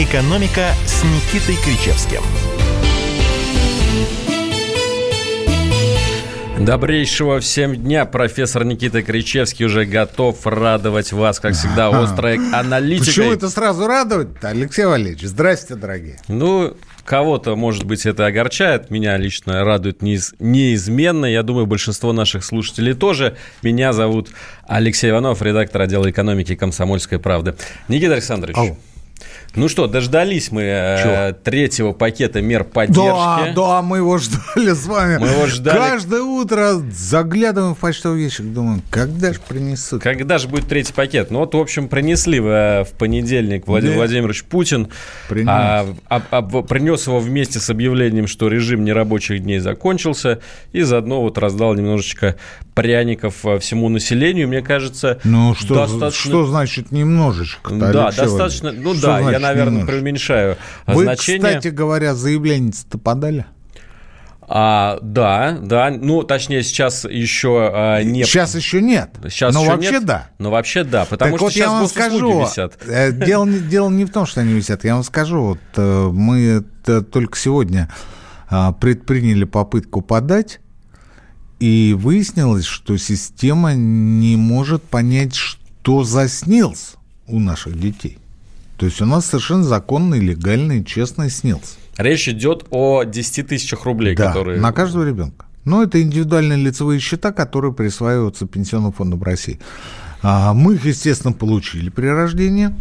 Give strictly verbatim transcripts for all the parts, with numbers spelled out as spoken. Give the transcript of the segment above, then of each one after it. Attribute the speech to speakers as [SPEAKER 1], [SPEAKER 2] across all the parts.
[SPEAKER 1] «Экономика» с Никитой Кричевским.
[SPEAKER 2] Добрейшего всем дня. Профессор Никита Кричевский уже готов радовать вас, как всегда, острой аналитикой.
[SPEAKER 3] Почему это сразу радовать-то, Алексей Валерьевич? Здрасте, дорогие.
[SPEAKER 2] Ну, кого-то, может быть, это огорчает. Меня лично радует неиз... неизменно. Я думаю, большинство наших слушателей тоже. Меня зовут Алексей Иванов, редактор отдела экономики «Комсомольской правды». Никита Александрович.
[SPEAKER 3] Ау.
[SPEAKER 2] Ну что, дождались мы э, третьего пакета мер поддержки.
[SPEAKER 3] Да, да, мы его ждали с вами.
[SPEAKER 2] Мы его ждали.
[SPEAKER 3] Каждое утро заглядываем в почтовый ящик, думаем, когда же принесут?
[SPEAKER 2] Когда же будет третий пакет? Ну вот, в общем, принесли в, в понедельник Владимир да. Владимирович Путин. А, а, а, принес его вместе с объявлением, что режим нерабочих дней закончился. И заодно вот раздал немножечко пряников всему населению. Мне кажется,
[SPEAKER 3] ну, что,
[SPEAKER 2] достаточно...
[SPEAKER 3] что значит немножечко?
[SPEAKER 2] Да, Алексей достаточно... Валерьевич? Ну что да, я, наверное, немножечко? преуменьшаю
[SPEAKER 3] Вы,
[SPEAKER 2] значение.
[SPEAKER 3] Вы, кстати говоря, заявление-то подали?
[SPEAKER 2] А, да, да, ну, точнее, сейчас еще а, не...
[SPEAKER 3] Сейчас еще нет,
[SPEAKER 2] сейчас
[SPEAKER 3] но
[SPEAKER 2] еще
[SPEAKER 3] вообще
[SPEAKER 2] нет,
[SPEAKER 3] да.
[SPEAKER 2] Но вообще да, потому
[SPEAKER 3] так
[SPEAKER 2] что
[SPEAKER 3] вот
[SPEAKER 2] сейчас госуслуги
[SPEAKER 3] скажу,
[SPEAKER 2] висят.
[SPEAKER 3] Дело, дело не в том, что они висят, я вам скажу, вот мы только сегодня предприняли попытку подать, и выяснилось, что система не может понять, что за СНИЛС у наших детей. То есть у нас совершенно законный, легальный, честный СНИЛС.
[SPEAKER 2] Речь идет о десяти тысячах рублей,
[SPEAKER 3] да,
[SPEAKER 2] которые...
[SPEAKER 3] на каждого ребенка. Но это индивидуальные лицевые счета, которые присваиваются Пенсионным фондом России. Мы их, естественно, получили при рождении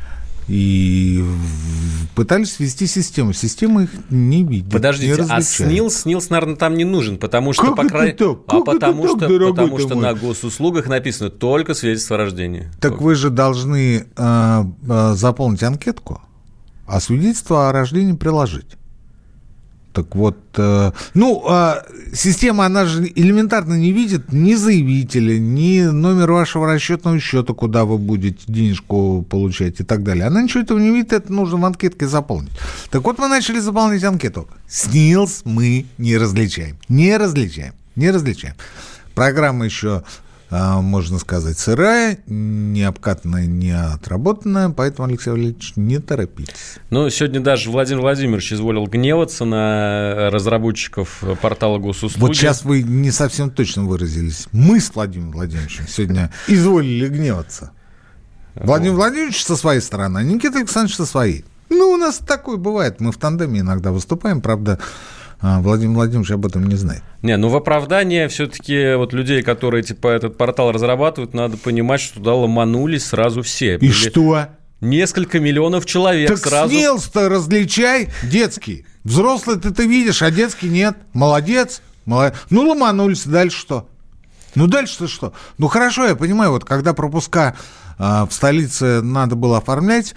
[SPEAKER 3] и пытались ввести систему. Система их не видит.
[SPEAKER 2] Подождите,
[SPEAKER 3] не
[SPEAKER 2] а СНИЛС, СНИЛС, наверное, там не нужен, потому что, по крайней мере, а потому
[SPEAKER 3] так,
[SPEAKER 2] что, потому что на госуслугах написано только свидетельство о рождении.
[SPEAKER 3] Так
[SPEAKER 2] только.
[SPEAKER 3] Вы же должны э, э, заполнить анкетку, а свидетельство о рождении приложить. Так вот, э, ну, э, система, она же элементарно не видит ни заявителя, ни номер вашего расчетного счета, куда вы будете денежку получать и так далее. Она ничего этого не видит, это нужно в анкетке заполнить. Так вот, мы начали заполнять анкету. СНИЛС мы не различаем. Не различаем. Не различаем. Программа еще... можно сказать, сырая, не обкатанная, не отработанная, поэтому, Алексей Валерьевич, не торопитесь.
[SPEAKER 2] Ну, сегодня даже Владимир Владимирович изволил гневаться на разработчиков портала госуслуги.
[SPEAKER 3] Вот сейчас вы не совсем точно выразились. Мы с Владимиром Владимировичем сегодня изволили гневаться. Владимир Владимирович со своей стороны, а Никита Александрович со своей. Ну, у нас такое бывает, мы в тандеме иногда выступаем, правда... Владимир Владимирович об этом не знает.
[SPEAKER 2] Не, ну в оправдание все-таки вот людей, которые типа этот портал разрабатывают, надо понимать, что туда ломанулись сразу все.
[SPEAKER 3] И
[SPEAKER 2] Были
[SPEAKER 3] что?
[SPEAKER 2] Несколько миллионов человек
[SPEAKER 3] так
[SPEAKER 2] сразу.
[SPEAKER 3] Так СНИЛС-то различай, детский. Взрослый ты ты видишь, а детский нет. Молодец. Молодец. Ну, ломанулись, дальше что? Ну, дальше-то что? Ну, хорошо, я понимаю, вот когда пропуска в столице надо было оформлять,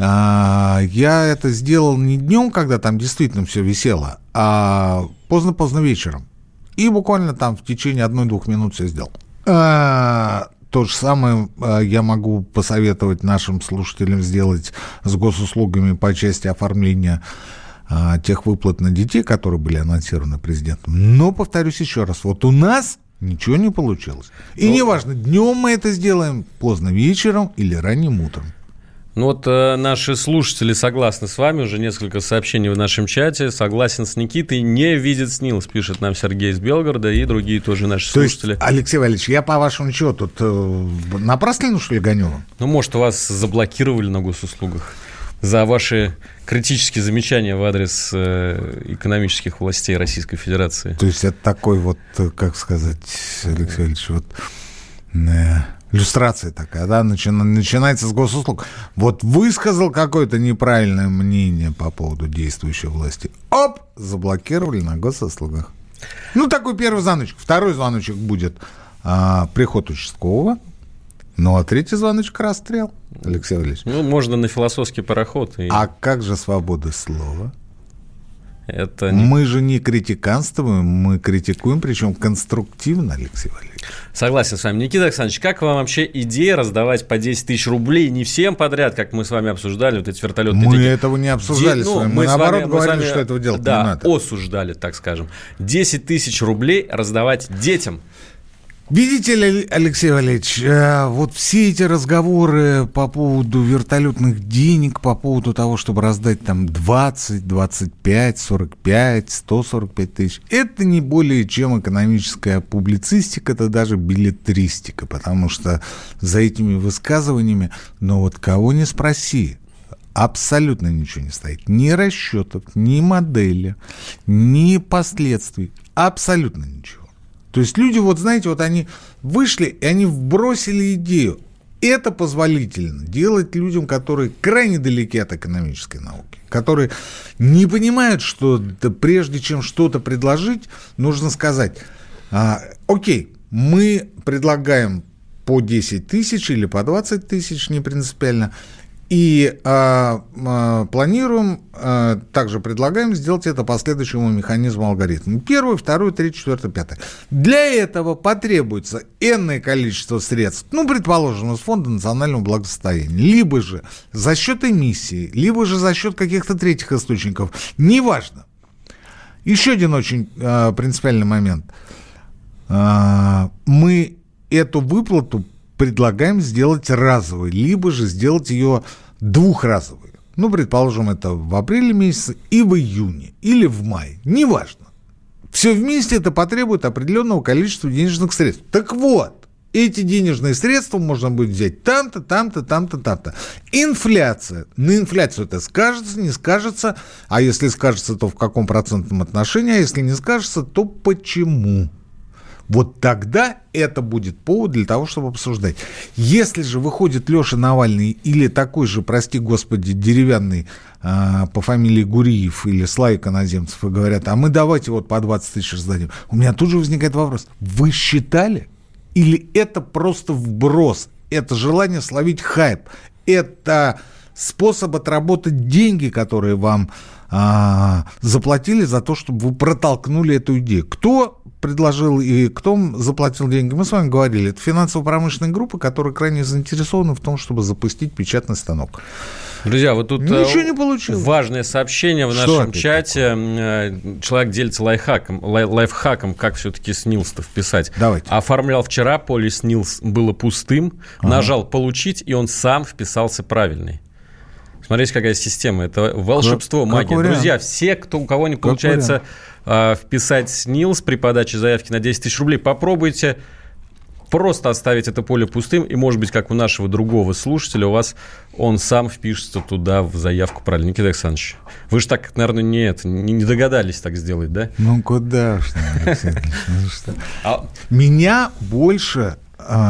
[SPEAKER 3] я это сделал не днем, когда там действительно все висело, а поздно-поздно вечером. И буквально там в течение одной-двух минут все сделал. То же самое я могу посоветовать нашим слушателям сделать с госуслугами по части оформления тех выплат на детей, которые были анонсированы президентом. Но, повторюсь еще раз, вот у нас... ничего не получилось. И ну, неважно, днем мы это сделаем, поздно вечером или ранним утром.
[SPEAKER 2] Ну вот э, наши слушатели согласны с вами, уже несколько сообщений в нашем чате. Согласен с Никитой, не видит СНИЛС, пишет нам Сергей из Белгорода и другие тоже наши
[SPEAKER 3] То
[SPEAKER 2] слушатели.
[SPEAKER 3] Есть, Алексей Валерьевич, я по-вашему чего тут э, напраслину, что ли, гоню?
[SPEAKER 2] Ну, может, вас заблокировали на госуслугах за ваши критические замечания в адрес э, экономических властей Российской Федерации.
[SPEAKER 3] То есть это такой вот, как сказать, Алексей Валерьевич, вот э, иллюстрация такая, да, начи- начинается с госуслуг. Вот высказал какое-то неправильное мнение по поводу действующей власти. Оп, заблокировали на госуслугах. Ну, такой первый звоночек. Второй звоночек будет э, приход участкового. Ну, а третий звоночек — расстрел, Алексей Валерьевич.
[SPEAKER 2] Ну, можно на философский пароход. И...
[SPEAKER 3] А как же свобода слова?
[SPEAKER 2] Это не...
[SPEAKER 3] Мы же не критиканствуем, мы критикуем, причем конструктивно, Алексей Валерьевич.
[SPEAKER 2] Согласен с вами. Никита Александрович, как вам вообще идея раздавать по десять тысяч рублей не всем подряд, как мы с вами обсуждали, вот эти вертолетные
[SPEAKER 3] Мы
[SPEAKER 2] деньги?
[SPEAKER 3] этого не обсуждали Де... с вами. Мы, мы наоборот вами, говорили, вами, что этого делать
[SPEAKER 2] да,
[SPEAKER 3] не надо.
[SPEAKER 2] осуждали, так скажем. десять тысяч рублей раздавать детям.
[SPEAKER 3] Видите ли, Алексей Валерьевич, вот все эти разговоры по поводу вертолетных денег, по поводу того, чтобы раздать там двадцать, двадцать пять, сорок пять, сто сорок пять тысяч, это не более чем экономическая публицистика, это даже беллетристика, потому что за этими высказываниями, ну вот кого не спроси, абсолютно ничего не стоит. Ни расчетов, ни модели, ни последствий, абсолютно ничего. То есть люди, вот знаете, вот они вышли, и они вбросили идею. Это позволительно делать людям, которые крайне далеки от экономической науки, которые не понимают, что прежде чем что-то предложить, нужно сказать, а, окей, мы предлагаем по десять тысяч или по двадцать тысяч, не принципиально, и а, а, планируем, а, также предлагаем сделать это по следующему механизму алгоритма. Первый, второй, третий, четвертый, пятый. Для этого потребуется энное количество средств, ну, предположим, из Фонда национального благосостояния, либо же за счет эмиссии, либо же за счет каких-то третьих источников. Неважно. Еще один очень а, принципиальный момент. А, мы эту выплату предлагаем сделать разовой, либо же сделать ее двухразовой. Ну, предположим, это в апреле месяце и в июне, или в мае, неважно. Все вместе это потребует определенного количества денежных средств. Так вот, эти денежные средства можно будет взять там-то, там-то, там-то, там-то. Инфляция. На инфляцию это скажется, не скажется, а если скажется, то в каком процентном отношении, а если не скажется, то почему? Вот тогда это будет повод для того, чтобы обсуждать. Если же выходит Леша Навальный или такой же, прости господи, деревянный а, по фамилии Гуриев или Славик Иноземцев и говорят, а мы давайте вот по двадцать тысяч раздадим. У меня тут же возникает вопрос. Вы считали? Или это просто вброс? Это желание словить хайп? Это способ отработать деньги, которые вам а, заплатили за то, чтобы вы протолкнули эту идею? Кто предложил и кто заплатил деньги? Мы с вами говорили, это финансово-промышленная группа, которая крайне заинтересована в том, чтобы запустить печатный станок.
[SPEAKER 2] Друзья, вот тут
[SPEAKER 3] ничего не получилось.
[SPEAKER 2] Важное сообщение в
[SPEAKER 3] Что
[SPEAKER 2] нашем чате. Такое? Человек делится лайфхаком, лай, лайфхаком, как все-таки снилс-то вписать.
[SPEAKER 3] Давайте.
[SPEAKER 2] Оформлял вчера, поле снилс было пустым, ага. Нажал «получить», и он сам вписался правильный. Смотрите, какая система. Это волшебство, как, магия. Как Друзья, все, кто, у кого не получается э, вписать снилс при подаче заявки на десять тысяч рублей, попробуйте просто оставить это поле пустым, и, может быть, как у нашего другого слушателя, у вас он сам впишется туда в заявку правильно. Никита Александрович, вы же так, наверное, не, это, не догадались так сделать, да?
[SPEAKER 3] Ну, куда ж, Алексей Алексеевич. Меня больше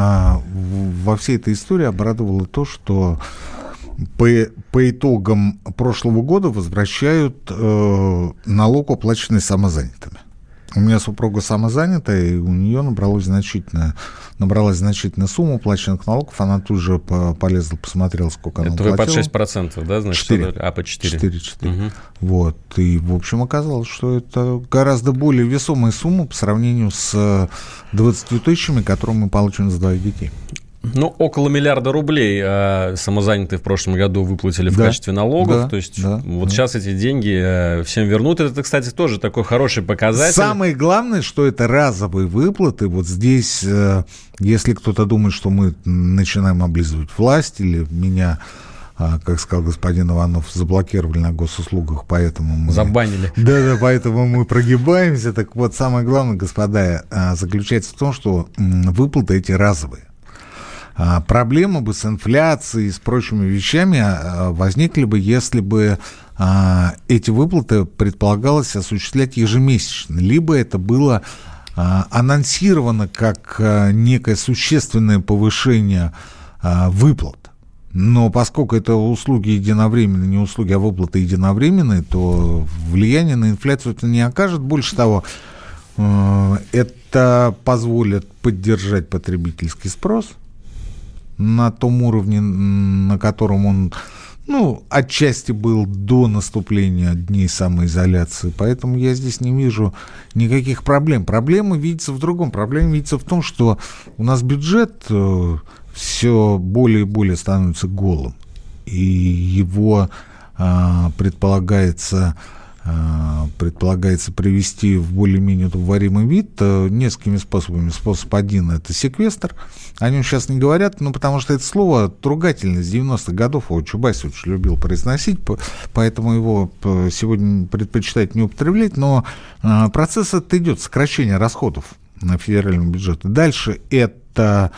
[SPEAKER 3] во всей этой истории обрадовало то, что По, по итогам прошлого года возвращают э, налог, уплаченный самозанятыми. У меня супруга самозанятая, и у нее набралось значительно, набралась значительная сумма уплаченных налогов. Она тут же по, полезла, посмотрела, сколько она уплатила.
[SPEAKER 2] Это вы под шесть процентов, да? Значит,
[SPEAKER 3] четыре.
[SPEAKER 2] А, по четыре.
[SPEAKER 3] четыре, четыре. Угу. Вот. И, в общем, оказалось, что это гораздо более весомая сумма по сравнению с двадцатью тысячами, которые мы получим за двоих детей.
[SPEAKER 2] Ну, около миллиарда рублей э, самозанятые в прошлом году выплатили в да, качестве налогов.
[SPEAKER 3] Да,
[SPEAKER 2] То есть
[SPEAKER 3] да,
[SPEAKER 2] вот
[SPEAKER 3] да.
[SPEAKER 2] сейчас эти деньги э, всем вернут. Это, кстати, тоже такой хороший показатель.
[SPEAKER 3] Самое главное, что это разовые выплаты. Вот здесь, э, если кто-то думает, что мы начинаем облизывать власть, или меня, э, как сказал господин Иванов, заблокировали на госуслугах, поэтому мы...
[SPEAKER 2] Забанили.
[SPEAKER 3] Да-да, поэтому мы прогибаемся. Так вот, самое главное, господа, э, заключается в том, что э, выплаты эти разовые. Проблемы бы с инфляцией и с прочими вещами возникли бы, если бы эти выплаты предполагалось осуществлять ежемесячно, либо это было анонсировано как некое существенное повышение выплат. Но поскольку это услуги единовременные, не услуги, а выплаты единовременные, то влияние на инфляцию это не окажет. Больше того, это позволит поддержать потребительский спрос на том уровне, на котором он, ну, отчасти был до наступления дней самоизоляции. Поэтому я здесь не вижу никаких проблем. Проблема видится в другом. Проблема видится в том, что у нас бюджет все более и более становится голым. И его предполагается предполагается привести в более-менее удобоваримый вид несколькими способами. Способ один – это секвестр. О нем сейчас не говорят, ну, потому что это слово ругательное с девяностых годов. Его Чубайс очень любил произносить, поэтому его сегодня предпочитают не употреблять. Но процесс этот идет, сокращение расходов на федеральном бюджете. Дальше это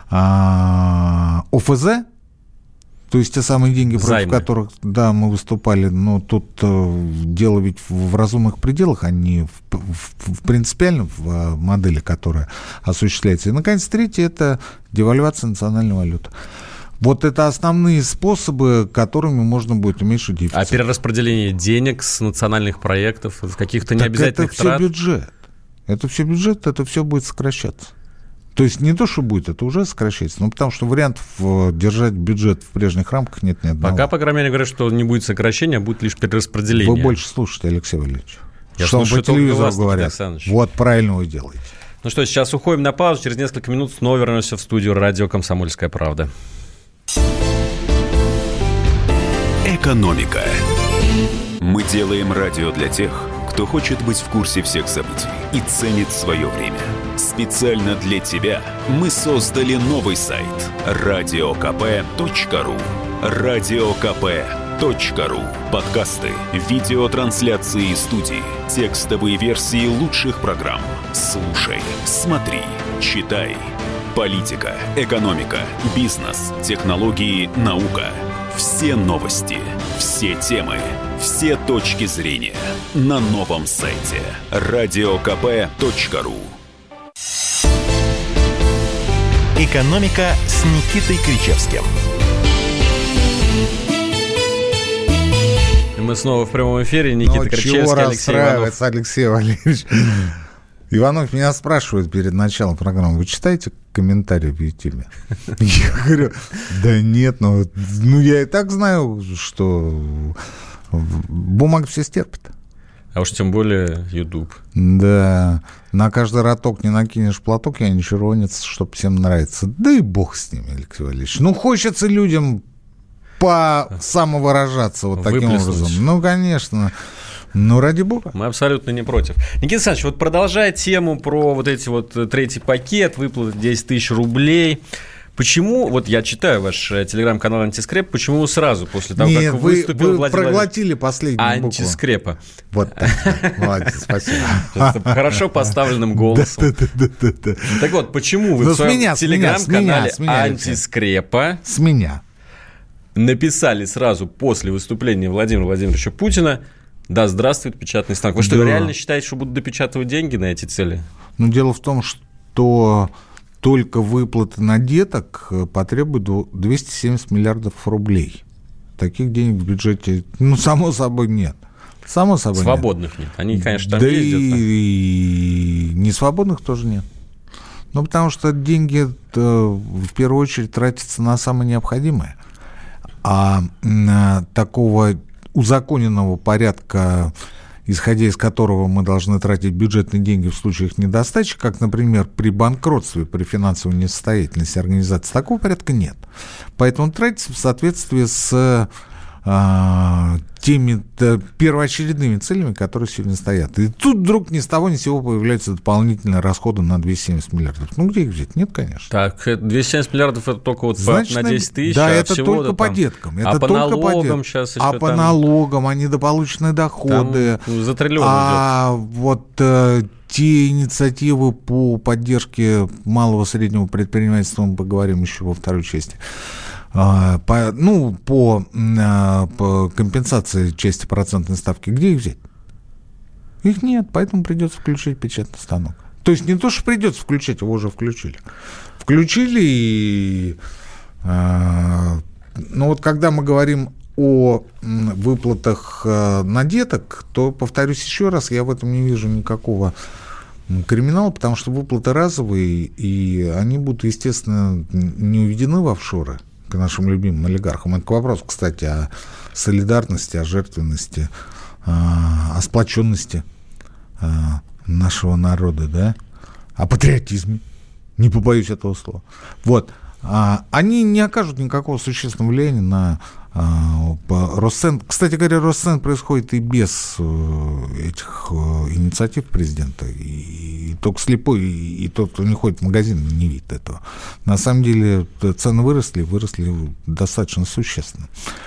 [SPEAKER 3] ОФЗ. То есть те самые деньги, против Займы. которых, да, мы выступали, но тут э, дело ведь в, в разумных пределах, а не в, в, в принципиально в модели, которая осуществляется. И, наконец, третье – это девальвация национальной валюты. Вот это основные способы, которыми можно будет уменьшить дефицит.
[SPEAKER 2] А перераспределение денег с национальных проектов, с каких-то необязательных
[SPEAKER 3] трат? Это все бюджет. Это все бюджет, это все будет сокращаться. То есть не то, что будет, это уже сокращается. Ну, потому что вариантов держать бюджет в прежних рамках нет ни одного.
[SPEAKER 2] Пока, по крайней мере, говорят, что не будет сокращения, а будет лишь перераспределение.
[SPEAKER 3] Вы больше слушаете, Алексей Валерьевич. Я что слушаю, по телевизору вас, говорят. Вот правильно вы делаете.
[SPEAKER 2] Ну что, сейчас уходим на паузу. Через несколько минут снова вернемся в студию радио «Комсомольская правда».
[SPEAKER 4] Экономика. Мы делаем радио для тех, кто хочет быть в курсе всех событий и ценит свое время. Специально для тебя мы создали новый сайт радио ка пэ точка ру. радио ка пэ точка ру. Подкасты, видеотрансляции студии, текстовые версии лучших программ. Слушай, смотри, читай. Политика, экономика, бизнес, технологии, наука. Все новости, все темы, все точки зрения на новом сайте радио ка пэ точка ру.
[SPEAKER 1] «Экономика» с Никитой Кричевским.
[SPEAKER 2] Мы снова в прямом эфире. Никита
[SPEAKER 3] ну,
[SPEAKER 2] Кричевский,
[SPEAKER 3] чего
[SPEAKER 2] Алексей Иванов.
[SPEAKER 3] Алексей Валерьевич. Иванов меня спрашивает перед началом программы: вы читаете комментарии в Ютьюбе? Я говорю, да нет, ну, ну я и так знаю, что бумага все стерпит.
[SPEAKER 2] А уж тем более YouTube.
[SPEAKER 3] Да, на каждый роток не накинешь платок, я не червонец, чтоб всем нравится. Да и бог с ними, Алексей Валерьевич. Ну, хочется людям по-самовыражаться вот таким
[SPEAKER 2] Выплеснуть.
[SPEAKER 3] образом. Ну, конечно. Ну, ради бога.
[SPEAKER 2] Мы абсолютно не против. Никита Александрович, вот продолжая тему про вот эти вот третий пакет, выплаты десять тысяч рублей. Почему, вот я читаю ваш телеграм-канал «Антискреп», почему сразу после того,
[SPEAKER 3] Нет,
[SPEAKER 2] как
[SPEAKER 3] вы,
[SPEAKER 2] выступил
[SPEAKER 3] вы
[SPEAKER 2] Владимир
[SPEAKER 3] проглотили последнюю
[SPEAKER 2] «Антискрепа».
[SPEAKER 3] букву. Вот так. Молодец, спасибо.
[SPEAKER 2] Хорошо поставленным голосом. Так вот, почему вы в своем телеграм-канале «Антискрепа»
[SPEAKER 3] с меня
[SPEAKER 2] написали сразу после выступления Владимира Владимировича Путина: да, здравствует печатный станок. Вы что, да. реально считаете, что будут допечатывать деньги на эти цели?
[SPEAKER 3] Ну, дело в том, что только выплаты на деток потребуют двести семьдесят миллиардов рублей. Таких денег в бюджете, ну, само собой, нет. Само собой
[SPEAKER 2] Свободных нет. нет. Они, конечно, там
[SPEAKER 3] да
[SPEAKER 2] ездят. Да
[SPEAKER 3] и несвободных тоже нет. Ну, потому что деньги в первую очередь тратятся на самое необходимое. А такого узаконенного порядка, исходя из которого мы должны тратить бюджетные деньги в случаях недостачи, как, например, при банкротстве, при финансовой несостоятельности организации, такого порядка нет. Поэтому тратится в соответствии с а, теми первоочередными целями, которые сегодня стоят. И тут вдруг ни с того ни с сего появляются дополнительные расходы на двести семьдесят миллиардов. Ну, где их взять? Нет, конечно.
[SPEAKER 2] Так, двести семьдесят миллиардов – это только вот Значит, на десять тысяч,
[SPEAKER 3] да,
[SPEAKER 2] а
[SPEAKER 3] это
[SPEAKER 2] всего
[SPEAKER 3] только по деткам. Это
[SPEAKER 2] а по
[SPEAKER 3] только
[SPEAKER 2] налогам
[SPEAKER 3] по
[SPEAKER 2] сейчас
[SPEAKER 3] А
[SPEAKER 2] еще
[SPEAKER 3] по
[SPEAKER 2] там...
[SPEAKER 3] налогам, а недополученные доходы.
[SPEAKER 2] Там за триллион
[SPEAKER 3] а
[SPEAKER 2] идет.
[SPEAKER 3] вот э, те инициативы по поддержке малого и среднего предпринимательства, мы поговорим еще во второй части. По, ну, по, по компенсации части процентной ставки, где их взять? Их нет, поэтому придется включить печатный станок. То есть не то, что придется включать, его уже включили. Включили и... Ну, вот когда мы говорим о выплатах на деток, то, повторюсь еще раз, я в этом не вижу никакого криминала, потому что выплаты разовые, и они будут, естественно, не уведены в офшоры к нашим любимым олигархам. Это к вопросу, кстати, о солидарности, о жертвенности, о сплоченности нашего народа, да, о патриотизме, не побоюсь этого слова. Вот. Они не окажут никакого существенного влияния на Росцентр, кстати говоря, Росцентр происходит и без этих инициатив президента. И, и только слепой, и, и тот, кто не ходит в магазин, не видит этого. На самом деле цены выросли, выросли достаточно существенно.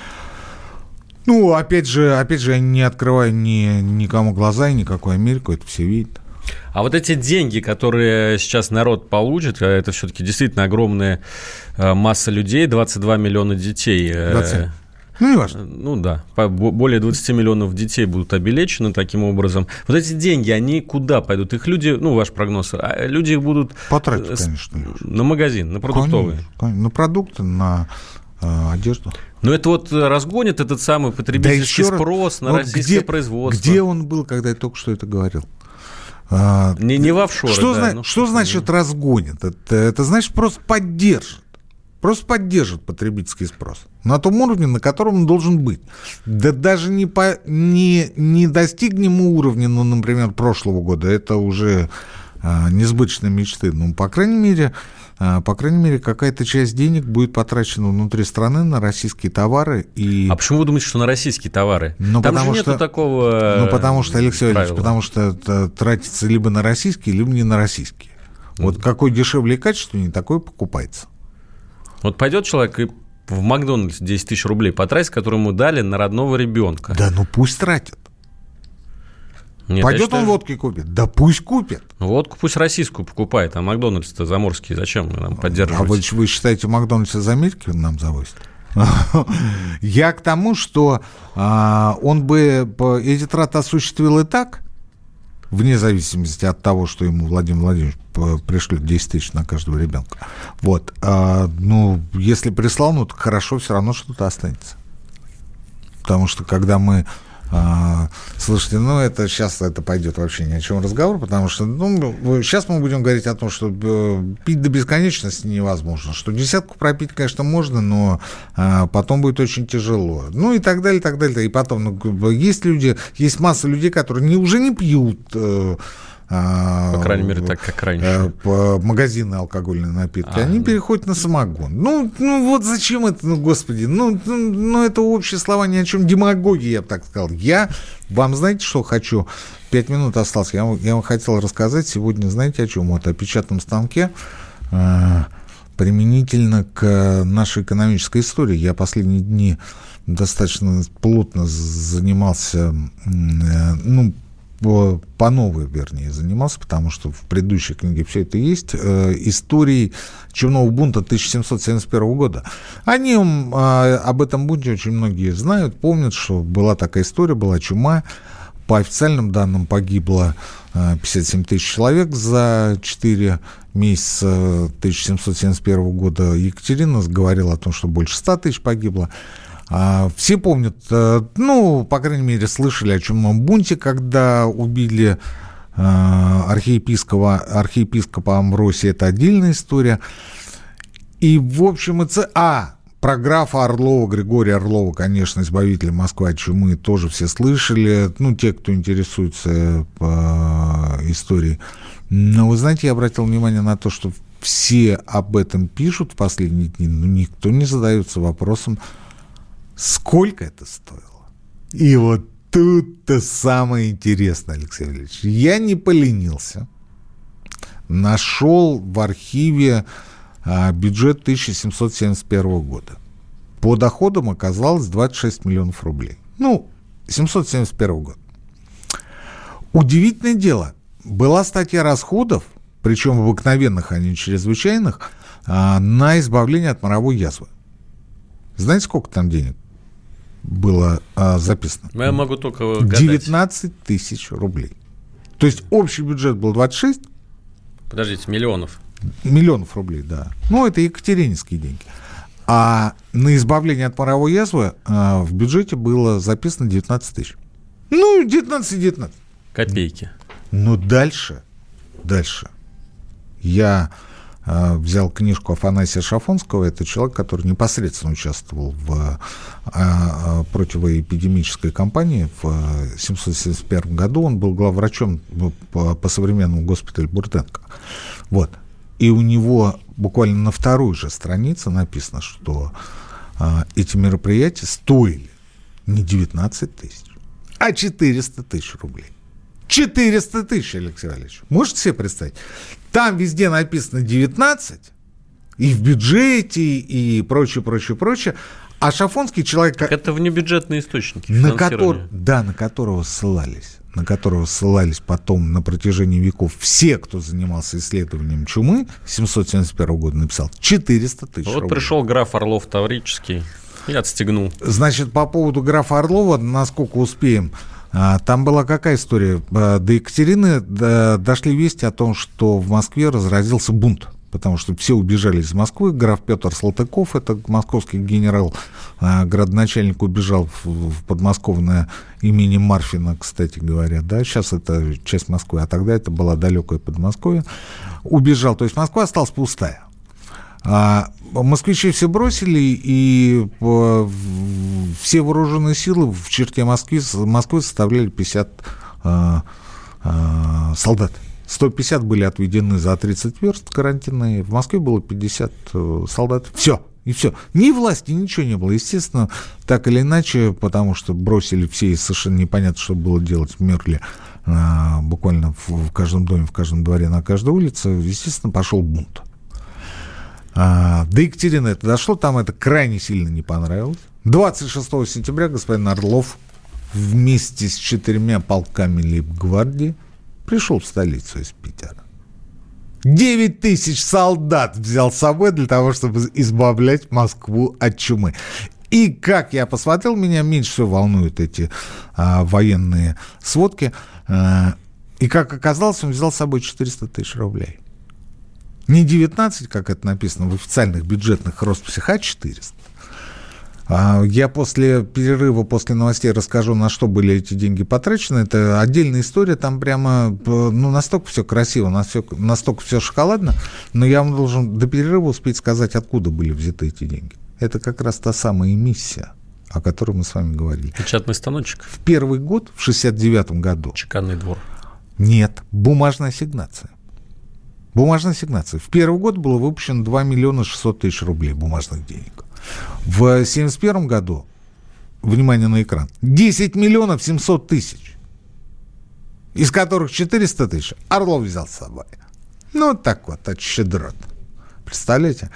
[SPEAKER 3] Ну, опять же, опять же, я не открываю ни, никому глаза и никакую Америку, это все видят.
[SPEAKER 2] А вот эти деньги, которые сейчас народ получит, это все-таки действительно огромная масса людей, двадцать два миллиона детей.
[SPEAKER 3] двадцать. Ну, не важно.
[SPEAKER 2] Ну, да. Более двадцать миллионов детей будут обелечены таким образом. Вот эти деньги, они куда пойдут? Их люди, ну, ваш прогноз, люди их будут...
[SPEAKER 3] Потратить, конечно.
[SPEAKER 2] На магазин, на продуктовые.
[SPEAKER 3] Конечно, конечно. На продукты, на э, одежду.
[SPEAKER 2] Но это вот разгонит этот самый потребительский да спрос на вот российское
[SPEAKER 3] где,
[SPEAKER 2] производство.
[SPEAKER 3] Где он был, когда я только что это говорил?
[SPEAKER 2] Не, не в офшоры,
[SPEAKER 3] что,
[SPEAKER 2] да,
[SPEAKER 3] зна-
[SPEAKER 2] ну,
[SPEAKER 3] что, что значит разгонит? Это, это значит просто поддержит. Просто поддержит потребительский спрос на том уровне, на котором он должен быть. Да даже не, по, не, не достигнем уровня, ну, например, прошлого года. Это уже а, несбыточные мечты. Ну, по крайней мере, а, по крайней мере, какая-то часть денег будет потрачена внутри страны на российские товары. И...
[SPEAKER 2] А почему вы думаете, что на российские товары?
[SPEAKER 3] Ну,
[SPEAKER 2] Там
[SPEAKER 3] потому
[SPEAKER 2] же
[SPEAKER 3] что,
[SPEAKER 2] нету такого
[SPEAKER 3] Ну, потому что, Алексей
[SPEAKER 2] правила.
[SPEAKER 3] Валерьевич, потому что это тратится либо на российские, либо не на российские. Вот mm. какой дешевле и качественнее, такой покупается.
[SPEAKER 2] Вот пойдет человек и в Макдональдс десять тысяч рублей потратит, которые ему дали на родного ребенка.
[SPEAKER 3] Да ну пусть тратит. Нет, пойдет считаю, он водки купит? Да пусть купит.
[SPEAKER 2] Водку пусть российскую покупает, а Макдональдс-то заморский зачем нам поддерживать?
[SPEAKER 3] А вы, вы считаете, Макдональдс из Америки нам завозит? Я к тому, что он бы эти траты осуществил и так, вне зависимости от того, что ему Владимир Владимирович пришлет десять тысяч на каждого ребенка. Вот. А, ну, если прислал, ну, так хорошо, все равно что-то останется. Потому что, когда мы... А, слушайте, ну, это сейчас это пойдет вообще ни о чем разговор, потому что, ну, сейчас мы будем говорить о том, что пить до бесконечности невозможно, что десятку пропить, конечно, можно, но а, потом будет очень тяжело. Ну, и так далее, и так далее. И потом, ну, есть люди, есть масса людей, которые не, уже не пьют...
[SPEAKER 2] По крайней мере, так, как раньше.
[SPEAKER 3] По магазины алкогольные напитки. А, они ну... переходят на самогон. Ну, ну, вот зачем это, ну, господи, ну, ну, ну, это общие слова ни о чем. Демагогия, я бы так сказал. Я вам, знаете, что хочу? Пять минут осталось. Я, я вам хотел рассказать сегодня, знаете, о чем? Вот о печатном станке э, применительно к нашей экономической истории. Я последние дни достаточно плотно занимался, э, ну, По, по новой, вернее, занимался, потому что в предыдущей книге все это есть, э, историей Чумного бунта тысяча семьсот семьдесят первого года. О нем, э, об этом бунте очень многие знают, помнят, что была такая история, была чума. По официальным данным погибло э, пятьдесят семь тысяч человек за четыре месяца тысяча семьсот семьдесят первого года. Екатерина говорила о том, что больше ста тысяч погибло. Все помнят, ну, по крайней мере, слышали о чумном бунте, когда убили архиепископа, архиепископа Амвросия, это отдельная история. И, в общем, и ц... А, про графа Орлова, Григория Орлова, конечно, избавителя Москвы от чумы, тоже все слышали, ну, те, кто интересуется по историей. Но, вы знаете, я обратил внимание на то, что все об этом пишут в последние дни, но никто не задается вопросом, сколько это стоило? И вот тут-то самое интересное, Алексей Валерьевич. Я не поленился. Нашел в архиве а, бюджет тысяча семьсот семьдесят первого года. По доходам оказалось двадцать шесть миллионов рублей. Ну, семьсот семьдесят первого года. Удивительное дело. Была статья расходов, причем обыкновенных, а не чрезвычайных, а, на избавление от моровой язвы. Знаете, сколько там денег было а, записано?
[SPEAKER 2] Я могу только гадать.
[SPEAKER 3] девятнадцать тысяч рублей. То есть общий бюджет был двадцать шесть.
[SPEAKER 2] Подождите, миллионов.
[SPEAKER 3] Миллионов рублей, да. Ну, это екатерининские деньги. А на избавление от моровой язвы а, в бюджете было записано девятнадцать тысяч. Ну, девятнадцать девятнадцать.
[SPEAKER 2] Копейки.
[SPEAKER 3] Но дальше, дальше я... взял книжку Афанасия Шафонского. Это человек, который непосредственно участвовал в а, противоэпидемической кампании в семьсот семьдесят первом году. Он был главврачом по, по современному госпиталю Бурденко. Вот. И у него буквально на второй же странице написано, что эти мероприятия стоили не девятнадцать тысяч, а четыреста тысяч рублей. четыреста тысяч, Алексей Валерьевич. Можете себе представить? Там везде написано девятнадцать, и в бюджете, и прочее, прочее, прочее. А Шафонский человек...
[SPEAKER 2] Так это внебюджетные источники
[SPEAKER 3] на который, да, на которого ссылались. на которого ссылались потом на протяжении веков все, кто занимался исследованием чумы, семьсот семьдесят первого года написал четыреста тысяч
[SPEAKER 2] вот
[SPEAKER 3] рублей.
[SPEAKER 2] Вот пришел граф Орлов Таврический и отстегнул.
[SPEAKER 3] Значит, по поводу графа Орлова, насколько успеем, там была какая история? До Екатерины дошли вести о том, что в Москве разразился бунт, потому что все убежали из Москвы. Граф Петр Салтыков, это московский генерал, градоначальник, убежал в подмосковное имени Марфина, кстати говоря, да, сейчас это часть Москвы, а тогда это была далекая Подмосковье, убежал, то есть Москва осталась пустая. А москвичи все бросили, и все вооруженные силы в черте Москвы, Москвы составляли пятьдесят а, а, солдат. сто пятьдесят были отведены за тридцать верст карантинные, в Москве было пятьдесят солдат. Все, и все. Ни власти, ничего не было. Естественно, так или иначе, потому что бросили все, и совершенно непонятно, что было делать, мерли а, буквально в, в каждом доме, в каждом дворе, на каждой улице, естественно, пошел бунт. А, до Екатерины это дошло, там это крайне сильно не понравилось. двадцать шестого сентября господин Орлов вместе с четырьмя полками лейб-гвардии пришел в столицу из Питера. девять тысяч солдат взял с собой для того, чтобы избавлять Москву от чумы. И, как я посмотрел, меня меньше всего волнуют эти а, военные сводки. А, и, как оказалось, он взял с собой четыреста тысяч рублей. Не девятнадцать, как это написано в официальных бюджетных росписях, а четыреста. Я после перерыва, после новостей расскажу, на что были эти деньги потрачены. Это отдельная история, там прямо, ну, настолько все красиво, настолько все шоколадно, но я вам должен до перерыва успеть сказать, откуда были взяты эти деньги. Это как раз та самая эмиссия, о которой мы с вами говорили.
[SPEAKER 2] Печатный станочек?
[SPEAKER 3] В первый год, в шестьдесят девятом году.
[SPEAKER 2] Чеканный двор?
[SPEAKER 3] Нет, бумажная ассигнация. Бумажная ассигнация. В первый год было выпущено два миллиона шестьсот тысяч рублей бумажных денег. В семьдесят первом году, внимание на экран, десять миллионов семьсот тысяч, из которых четыреста тысяч Орлов взял с собой. Ну, так вот, от щедрот. Представляете?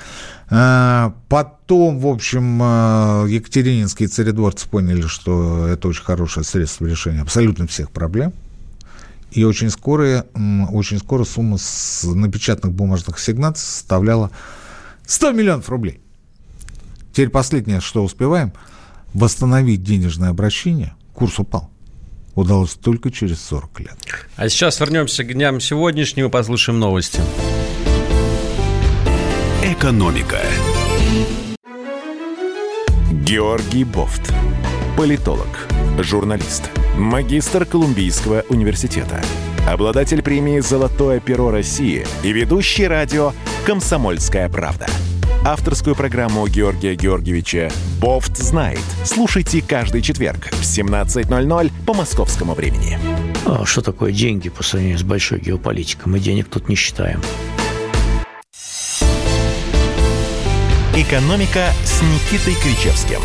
[SPEAKER 3] Потом, в общем, екатерининские царедворцы поняли, что это очень хорошее средство решения абсолютно всех проблем. И очень скоро, очень скоро сумма с напечатанных бумажных ассигнаций составляла сто миллионов рублей. Теперь последнее, что успеваем, восстановить денежное обращение, курс упал. Удалось только через сорок лет.
[SPEAKER 2] А сейчас вернемся к дням сегодняшним и послушаем новости.
[SPEAKER 4] Экономика. Георгий Бофт. Политолог, журналист, магистр Колумбийского университета, обладатель премии «Золотое перо России» и ведущий радио «Комсомольская правда». Авторскую программу Георгия Георгиевича «Бофт знает». Слушайте каждый четверг в семнадцать ноль ноль по московскому времени.
[SPEAKER 5] А что такое деньги по сравнению с большой геополитикой? Мы денег тут не считаем.
[SPEAKER 1] «Экономика» с Никитой Кричевским.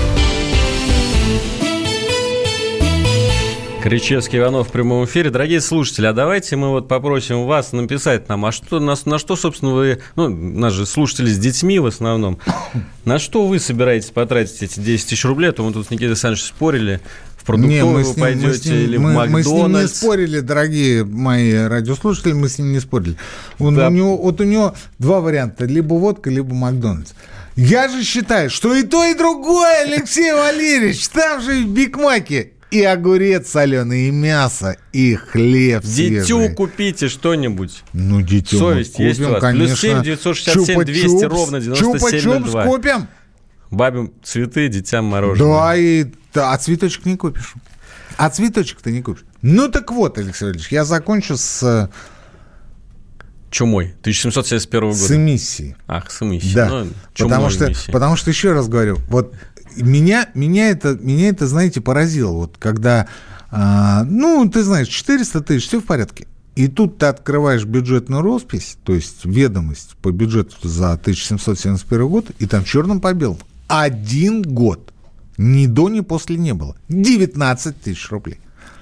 [SPEAKER 2] Кричевский, Иванов в прямом эфире. Дорогие слушатели, а давайте мы вот попросим вас написать нам, а что, на, на что, собственно, вы, ну, нас же слушатели с детьми в основном, на что вы собираетесь потратить эти десять тысяч рублей, а то мы тут с Никитой Александровичем спорили, в продуктовую вы пойдете ним, или
[SPEAKER 3] мы,
[SPEAKER 2] в Макдональдс.
[SPEAKER 3] Мы с ним не спорили, дорогие мои радиослушатели, мы с ним не спорили. Он, да. у него, вот у него два варианта, либо водка, либо Макдональдс. Я же считаю, что и то, и другое, Алексей Валерьевич, там же в Биг Маке и огурец соленый, и мясо, и хлеб свежий.
[SPEAKER 2] Дитю купите что-нибудь.
[SPEAKER 3] Ну, дитю
[SPEAKER 2] совесть
[SPEAKER 3] купим,
[SPEAKER 2] есть у вас.
[SPEAKER 3] конечно.
[SPEAKER 2] Плюс семь девятьсот шестьдесят семь двести ровно девяносто семь ноль два.
[SPEAKER 3] Чупа-чупс купим.
[SPEAKER 2] Бабим цветы, детям мороженое.
[SPEAKER 3] Да, и, а цветочек не купишь. А цветочек ты не купишь. Ну, так вот, Алексей Валерьевич, я закончу с...
[SPEAKER 2] Чумой. тысяча семьсот семьдесят первого года.
[SPEAKER 3] С эмиссией.
[SPEAKER 2] Ах, с эмиссией.
[SPEAKER 3] Да,
[SPEAKER 2] ну,
[SPEAKER 3] потому, что, потому что, еще раз говорю, вот меня, меня, это, меня это, знаете, поразило. Вот когда, а, ну, ты знаешь, четыреста тысяч, все в порядке. И тут ты открываешь бюджетную роспись, то есть ведомость по бюджету за тысяча семьсот семьдесят первый год, и там черным по белому Один год. Ни до, ни после не было. девятнадцать тысяч рублей.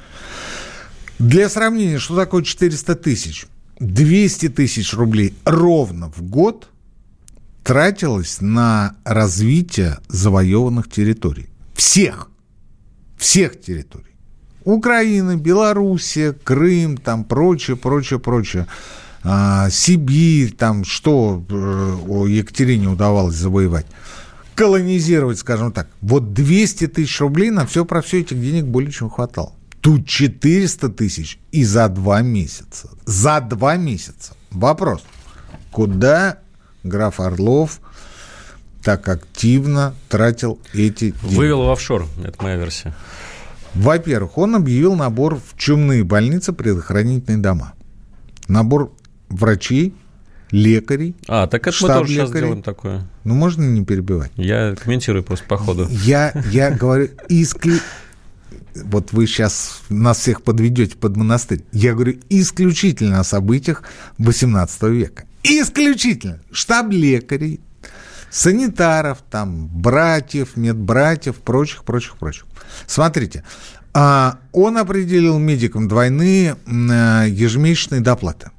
[SPEAKER 3] Для сравнения, что такое четыреста тысяч? двести тысяч рублей ровно в год тратилось на развитие завоеванных территорий. Всех. Всех территорий. Украина, Белоруссия, Крым, там прочее, прочее, прочее. А, Сибирь, там что э, Екатерине удавалось завоевать. Колонизировать, скажем так. Вот двести тысяч рублей на все про все этих денег более чем хватало. Тут четыреста тысяч и за два месяца. За два месяца. Вопрос. Куда граф Орлов так активно тратил эти деньги?
[SPEAKER 2] Вывел в офшор. Это моя версия.
[SPEAKER 3] Во-первых, он объявил набор в чумные больницы, предохранительные дома. Набор врачей, лекарей.
[SPEAKER 2] А, так это мы тоже сейчас делаем такое.
[SPEAKER 3] Ну, можно не перебивать?
[SPEAKER 2] Я комментирую просто по ходу.
[SPEAKER 3] Я, я говорю, исключительно... Вот вы сейчас нас всех подведете под монастырь. Я говорю исключительно о событиях восемнадцатого века. Исключительно. Штаб лекарей, санитаров, там, братьев, медбратьев, прочих, прочих, прочих. Смотрите, он определил медикам двойные ежемесячные доплаты.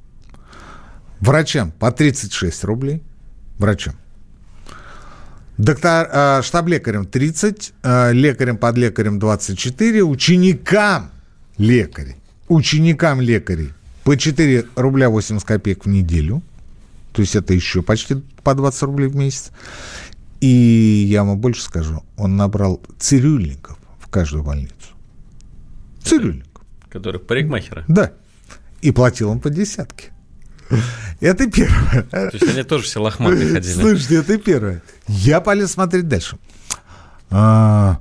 [SPEAKER 3] Врачам по тридцать шесть рублей. Врачам. Доктор, э, штаб-лекарям тридцать, э, лекарям, подлекарям двадцать четыре, ученикам лекарей, ученикам лекарей по четыре рубля восемьдесят копеек в неделю, то есть это еще почти по двадцать рублей в месяц. И я вам больше скажу, он набрал цирюльников в каждую больницу. Цирюльников.
[SPEAKER 2] Которых парикмахеры.
[SPEAKER 3] Да. И платил он по десятке. Это первое.
[SPEAKER 2] То есть они тоже все лохматые ходили.
[SPEAKER 3] Слушайте, это первое. Я полез смотреть дальше. А,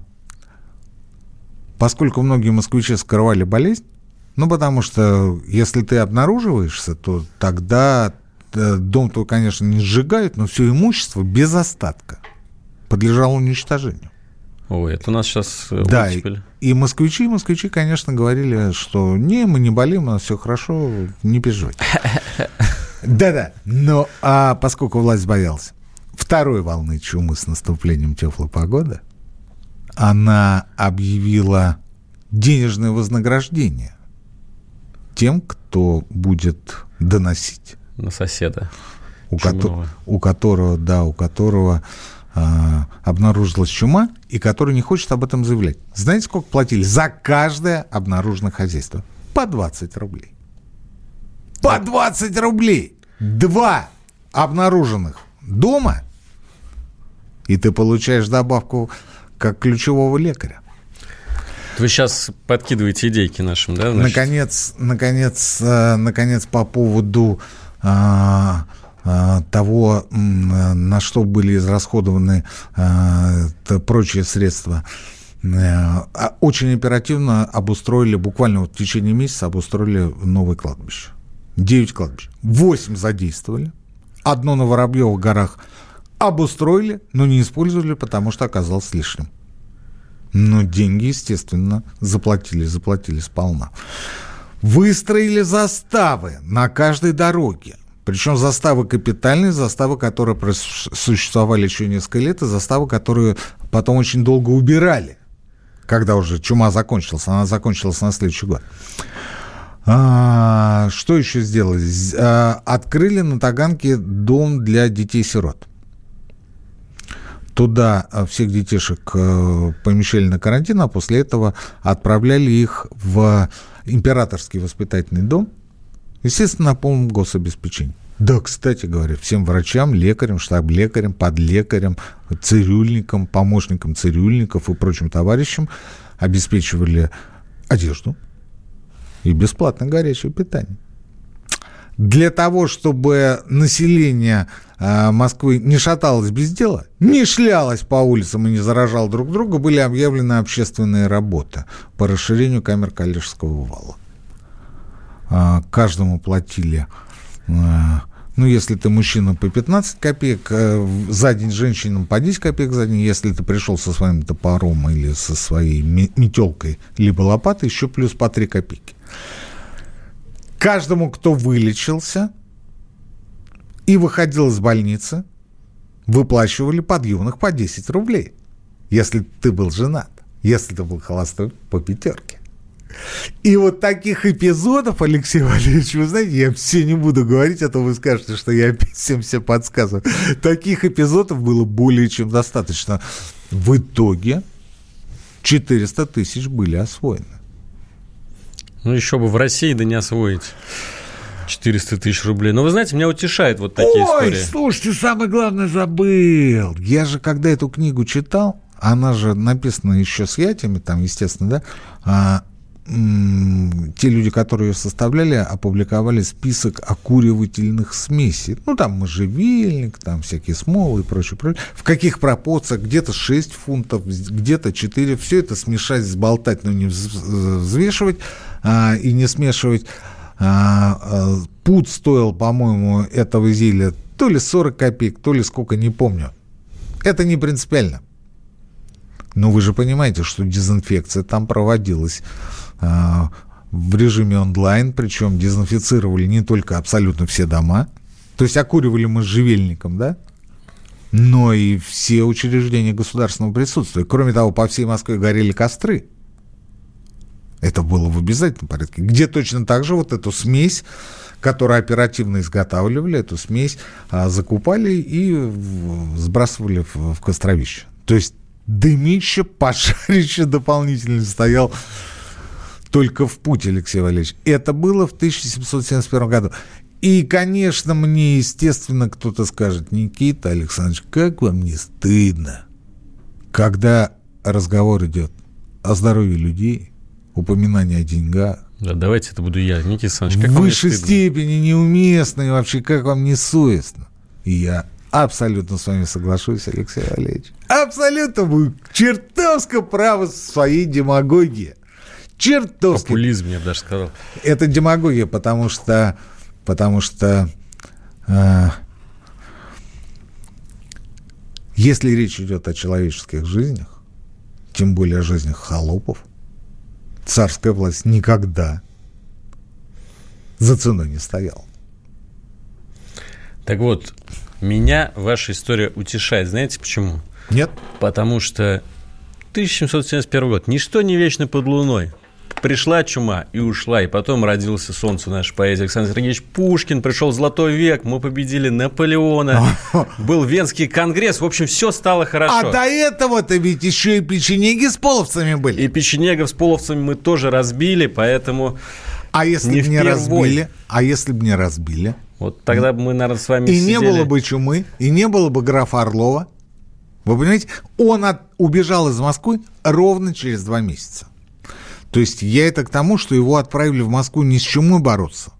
[SPEAKER 3] поскольку многие москвичи скрывали болезнь, ну, потому что если ты обнаруживаешься, то тогда дом твой, конечно, не сжигают, но все имущество без остатка подлежало уничтожению.
[SPEAKER 2] Ой, это у нас сейчас
[SPEAKER 3] да, и, и москвичи, москвичи, конечно, говорили, что не, мы не болеем, у нас все хорошо, не переживайте. Да-да, но а поскольку власть боялась второй волны чумы с наступлением теплой погоды, она объявила денежное вознаграждение тем, кто будет доносить.
[SPEAKER 2] На соседа.
[SPEAKER 3] У, ко- у которого, да, у которого... обнаружилась чума, и который не хочет об этом заявлять. Знаете, сколько платили за каждое обнаруженное хозяйство? По двадцать рублей. По двадцать рублей! Два обнаруженных дома, и ты получаешь добавку как ключевого лекаря.
[SPEAKER 2] Вы сейчас подкидываете идейки нашим, да? Значит?
[SPEAKER 3] Наконец, наконец, наконец, по поводу... того, на что были израсходованы прочие средства. Очень оперативно обустроили, буквально вот в течение месяца обустроили новое кладбище. Девять кладбищ. Восемь задействовали. Одно на Воробьевых горах обустроили, но не использовали, потому что оказалось лишним. Но деньги, естественно, заплатили, заплатили сполна. Выстроили заставы на каждой дороге. Причем заставы капитальные, заставы, которые существовали еще несколько лет, и заставы, которые потом очень долго убирали, когда уже чума закончилась. Она закончилась на следующий год. А, что еще сделали? А, открыли на Таганке дом для детей-сирот. Туда всех детишек помещали на карантин, а после этого отправляли их в императорский воспитательный дом, естественно, на полном гособеспечении. Да, кстати говоря, всем врачам, лекарям, штаб-лекарям, подлекарям, цирюльникам, помощникам цирюльников и прочим товарищам обеспечивали одежду и бесплатное горячее питание. Для того, чтобы население э, Москвы не шаталось без дела, не шлялось по улицам и не заражало друг друга, были объявлены общественные работы по расширению камер Калежского вала. Э, каждому платили, э, ну, если ты мужчина, по пятнадцать копеек э, за день, женщинам по десять копеек за день. Если ты пришел со своим топором или со своей метелкой, либо лопатой, еще плюс по три копейки. Каждому, кто вылечился и выходил из больницы, выплачивали подъемных по десять рублей, если ты был женат, если ты был холостой, по пятерке. И вот таких эпизодов, Алексей Валерьевич, вы знаете, я все не буду говорить, а то вы скажете, что я опять всем все подсказываю. Таких эпизодов было более чем достаточно. В итоге четыреста тысяч были освоены.
[SPEAKER 2] Ну, еще бы в России, да не освоить четыреста тысяч рублей. Но вы знаете, меня утешают вот такие
[SPEAKER 3] Ой,
[SPEAKER 2] истории.
[SPEAKER 3] Ой, слушайте, самое главное забыл. Я же, когда эту книгу читал, она же написана еще с ятями, там, естественно, да, а, м- те люди, которые ее составляли, опубликовали список окуривательных смесей. Ну, там можжевельник, там всякие смолы и прочее, прочее. В каких пропорциях? Где-то шесть фунтов, где-то четыре. Все это смешать, сболтать, но не взвешивать а, и не смешивать. А, а, пуд стоил, по-моему, этого зелья то ли сорок копеек, то ли сколько, не помню. Это не принципиально. Но вы же понимаете, что дезинфекция там проводилась а, в режиме онлайн, причем дезинфицировали не только абсолютно все дома, то есть окуривали можжевельником, да, но и все учреждения государственного присутствия. Кроме того, по всей Москве горели костры. Это было в обязательном порядке. Где точно так же вот эту смесь, которую оперативно изготавливали, эту смесь а, закупали и в, сбрасывали в, в костровище. То есть дымище, пожарище дополнительно стоял только в путь, Алексей Валерьевич. Это было в тысяча семьсот семьдесят первом году. И, конечно, мне, естественно, кто-то скажет: Никита Александрович, как вам не стыдно, когда разговор идет о здоровье людей, упоминание о деньгах.
[SPEAKER 2] Да, давайте это буду я, Никита Александрович, как
[SPEAKER 3] в
[SPEAKER 2] вам
[SPEAKER 3] высшей
[SPEAKER 2] не стыдно?
[SPEAKER 3] степени неуместно и вообще как вам не совестно. И я абсолютно с вами соглашусь, Алексей Валерьевич. Абсолютно вы чертовски правы в своей демагогии. Чертовски.
[SPEAKER 2] Популизм, я бы даже сказал.
[SPEAKER 3] Это демагогия, потому что, потому что э, если речь идет о человеческих жизнях, тем более о жизнях холопов, царская власть никогда за ценой не стояла.
[SPEAKER 2] Так вот, меня ваша история утешает. Знаете почему?
[SPEAKER 3] Нет.
[SPEAKER 2] Потому что тысяча семьсот семьдесят первый год. Ничто не вечно под луной. Пришла чума и ушла, и потом родился солнце нашей поэзии. Александр Сергеевич Пушкин, пришел золотой век, мы победили Наполеона, был Венский конгресс, в общем, все стало хорошо.
[SPEAKER 3] А до этого-то ведь еще и печенеги с половцами были.
[SPEAKER 2] И печенегов с половцами мы тоже разбили, поэтому
[SPEAKER 3] а если
[SPEAKER 2] не
[SPEAKER 3] бы не разбили, а если бы не разбили,
[SPEAKER 2] вот тогда бы мы, наверное, с вами
[SPEAKER 3] и
[SPEAKER 2] сидели.
[SPEAKER 3] не было бы чумы, и не было бы графа Орлова. Вы понимаете, он от, убежал из Москвы ровно через два месяца. То есть я это к тому, что его отправили в Москву не с чумой бороться,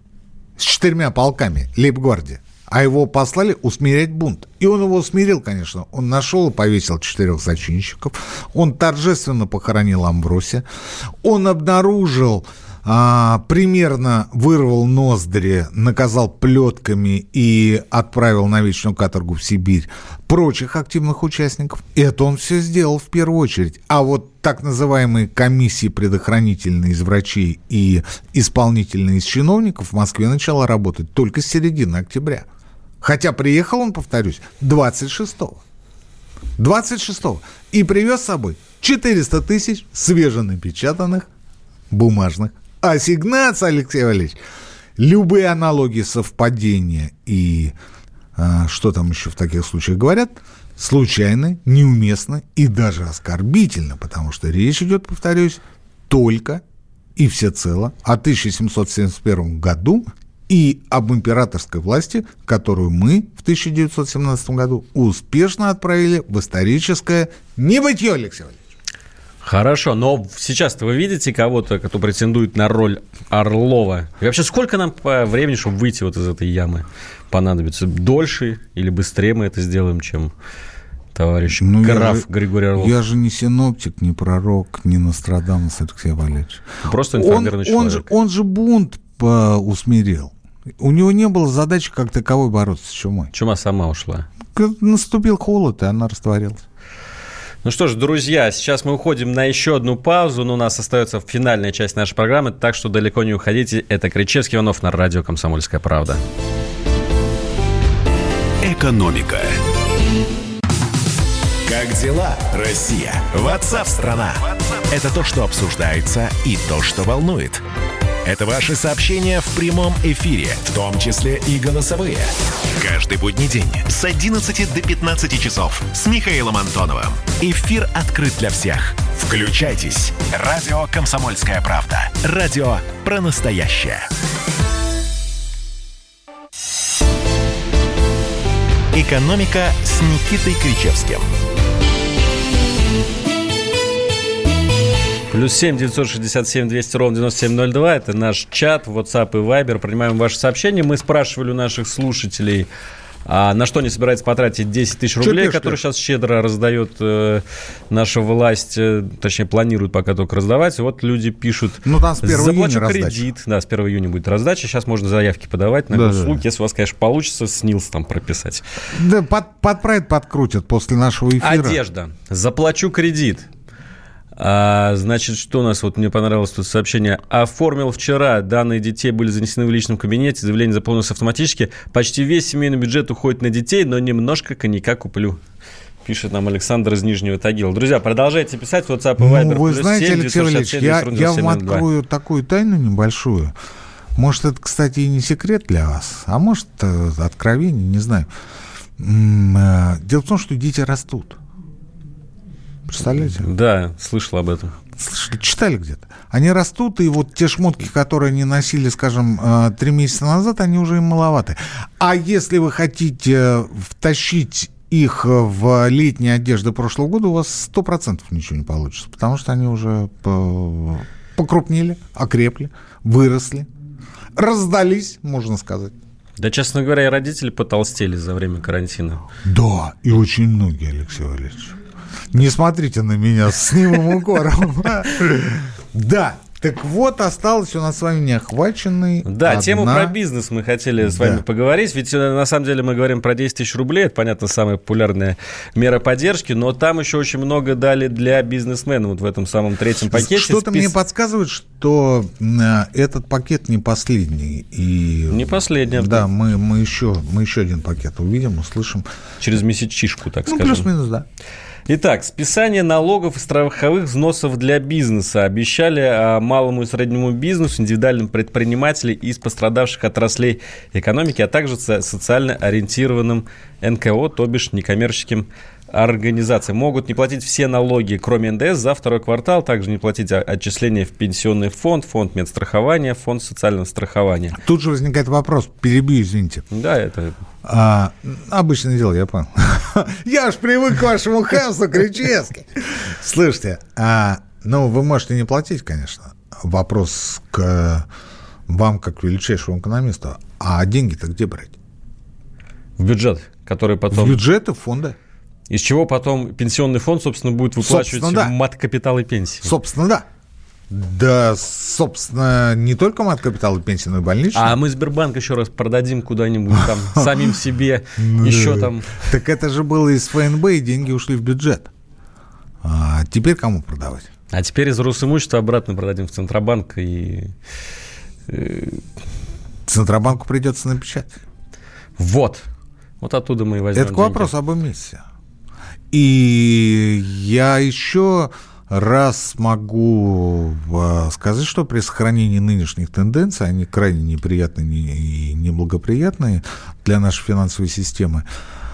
[SPEAKER 3] с четырьмя полками лейб-гвардии, а его послали усмирять бунт. И он его усмирил, конечно. Он нашел и повесил четырех зачинщиков. Он торжественно похоронил Амвросия. Он обнаружил, а, примерно вырвал ноздри, наказал плетками и отправил на вечную каторгу в Сибирь прочих активных участников. Это он все сделал в первую очередь. А вот так называемые комиссии предохранительные из врачей и исполнительные из чиновников в Москве начала работать только с середины октября. Хотя приехал он, повторюсь, двадцать шестого. двадцать шестого. И привез с собой четыреста тысяч свеженапечатанных бумажных ассигнаций, Алексей Валерьевич. Любые аналогии, совпадения и а, что там еще в таких случаях говорят, случайны, неуместны и даже оскорбительны, потому что речь идет, повторюсь, только и всецело о тысяча семьсот семьдесят первом году и об императорской власти, которую мы в тысяча девятьсот семнадцатом году успешно отправили в историческое небытие, Алексей Валерьевич.
[SPEAKER 2] Хорошо, но сейчас-то вы видите кого-то, кто претендует на роль Орлова? И вообще, сколько нам по времени, чтобы выйти вот из этой ямы, понадобится? Дольше или быстрее мы это сделаем, чем товарищ ну, граф же, Григорий Орлов?
[SPEAKER 3] Я же не синоптик, не пророк, не Нострадамус, Алексей Валерьевич.
[SPEAKER 2] Просто информированный человек.
[SPEAKER 3] Он же, он же бунт усмирил. У него не было задачи как таковой бороться с чумой.
[SPEAKER 2] Чума сама ушла.
[SPEAKER 3] Наступил холод, и она растворилась.
[SPEAKER 2] Ну что ж, друзья, сейчас мы уходим на еще одну паузу, но у нас остается финальная часть нашей программы, так что далеко не уходите. Это Кричевский, Иванов на радио «Комсомольская правда».
[SPEAKER 4] Экономика.
[SPEAKER 1] Как дела, Россия? Ватсап-страна! Это то, что обсуждается и то, что волнует. Это ваши сообщения в прямом эфире, в том числе и голосовые. Каждый будний день с одиннадцати до пятнадцати часов с Михаилом Антоновым. Эфир открыт для всех. Включайтесь. Радио «Комсомольская правда». Радио про настоящее. «Экономика» с Никитой Кричевским.
[SPEAKER 2] Плюс семь девятьсот шестьдесят семь двести ровно девяносто семь ноль два. Это наш чат, WhatsApp и Viber. Принимаем ваши сообщения. Мы спрашивали у наших слушателей, а на что они собираются потратить десять тысяч рублей, которые сейчас щедро раздает э, наша власть, э, точнее, планирует пока только раздавать. И вот люди пишут,
[SPEAKER 3] ну, там с первого
[SPEAKER 2] заплачу
[SPEAKER 3] июня
[SPEAKER 2] кредит. Да, с первого июня будет раздача. Сейчас можно заявки подавать на
[SPEAKER 3] да,
[SPEAKER 2] госуслуги.
[SPEAKER 3] да.
[SPEAKER 2] Если у вас, конечно, получится, снилс там прописать.
[SPEAKER 3] Да, под, подправят, подкрутят после нашего эфира.
[SPEAKER 2] Одежда. Заплачу кредит. А, значит, что у нас, вот мне понравилось тут сообщение. Оформил вчера, данные детей были занесены в личном кабинете, заявление заполнилось автоматически. Почти весь семейный бюджет уходит на детей, но немножко коньяка куплю. Пишет нам Александр из Нижнего Тагила. Друзья, продолжайте писать в WhatsApp и Viber.
[SPEAKER 3] Ну, вы знаете, Алексей Валерьевич, я, я вам открою такую тайну небольшую. Может, это, кстати, и не секрет для вас, а может, откровение, не знаю. Дело в том, что дети растут. Представляете?
[SPEAKER 2] Да, слышал об этом.
[SPEAKER 3] Слышали, читали где-то. Они растут, и вот те шмотки, которые они носили, скажем, три месяца назад, они уже им маловаты. А если вы хотите втащить их в летние одежды прошлого года, у вас сто процентов ничего не получится, потому что они уже покрупнели, окрепли, выросли, раздались, можно сказать.
[SPEAKER 2] Да, честно говоря, и родители потолстели за время карантина.
[SPEAKER 3] Да, и очень многие, Алексей Валерьевич. Не смотрите на меня с немым укором. Да, так вот, осталось у нас с вами неохваченный.
[SPEAKER 2] Да,
[SPEAKER 3] одна...
[SPEAKER 2] тему про бизнес мы хотели с вами да. поговорить. Ведь на самом деле мы говорим про десять тысяч рублей. Это, понятно, самая популярная мера поддержки. Но там еще очень много дали для бизнесменов вот в этом самом третьем пакете.
[SPEAKER 3] Что-то
[SPEAKER 2] Спис...
[SPEAKER 3] мне подсказывает, что этот пакет не последний. И...
[SPEAKER 2] Не последний.
[SPEAKER 3] Да, мы, мы, еще, мы еще один пакет увидим, услышим.
[SPEAKER 2] Через месячишку, так
[SPEAKER 3] ну,
[SPEAKER 2] скажем.
[SPEAKER 3] Ну, плюс-минус, да.
[SPEAKER 2] Итак, списание налогов и страховых взносов для бизнеса. Обещали малому и среднему бизнесу, индивидуальным предпринимателям из пострадавших отраслей экономики, а также социально ориентированным эн ка о, то бишь некоммерческим организациям. Могут не платить все налоги, кроме эн дэ эс, за второй квартал, также не платить отчисления в пенсионный фонд, фонд медстрахования, фонд социального страхования.
[SPEAKER 3] Тут же возникает вопрос, перебью, извините.
[SPEAKER 2] Да, это...
[SPEAKER 3] А, обычное дело, я понял. Я уж привык к вашему хамству, Кричевский. Слушайте, а, ну, вы можете не платить, конечно. Вопрос к вам, как величайшему экономисту. А деньги-то где брать?
[SPEAKER 2] В бюджет, который потом...
[SPEAKER 3] В бюджеты, фонды.
[SPEAKER 2] Из чего потом пенсионный фонд, собственно, будет выплачивать да. мат-капитал и пенсии.
[SPEAKER 3] Собственно, да. Да, собственно, не только мат-капитал и пенсии, но и больничный.
[SPEAKER 2] А мы Сбербанк еще раз продадим куда-нибудь там, самим себе, еще там.
[SPEAKER 3] Так это же было из эф эн бэ, и деньги ушли в бюджет. А теперь кому продавать?
[SPEAKER 2] А теперь из Росимущества обратно продадим в Центробанк и...
[SPEAKER 3] Центробанку придется напечатать.
[SPEAKER 2] Вот. Вот оттуда мы и возьмем
[SPEAKER 3] Это к вопросу об эмиссии. И я еще раз могу сказать, что при сохранении нынешних тенденций, они крайне неприятные и неблагоприятные для нашей финансовой системы,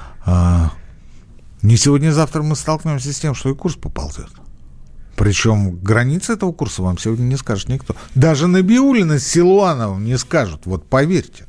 [SPEAKER 3] не сегодня-завтра мы столкнемся с тем, что и курс поползет. Причем границы этого курса вам сегодня не скажет никто. Даже Набиуллина с Силуановым не скажут, вот поверьте.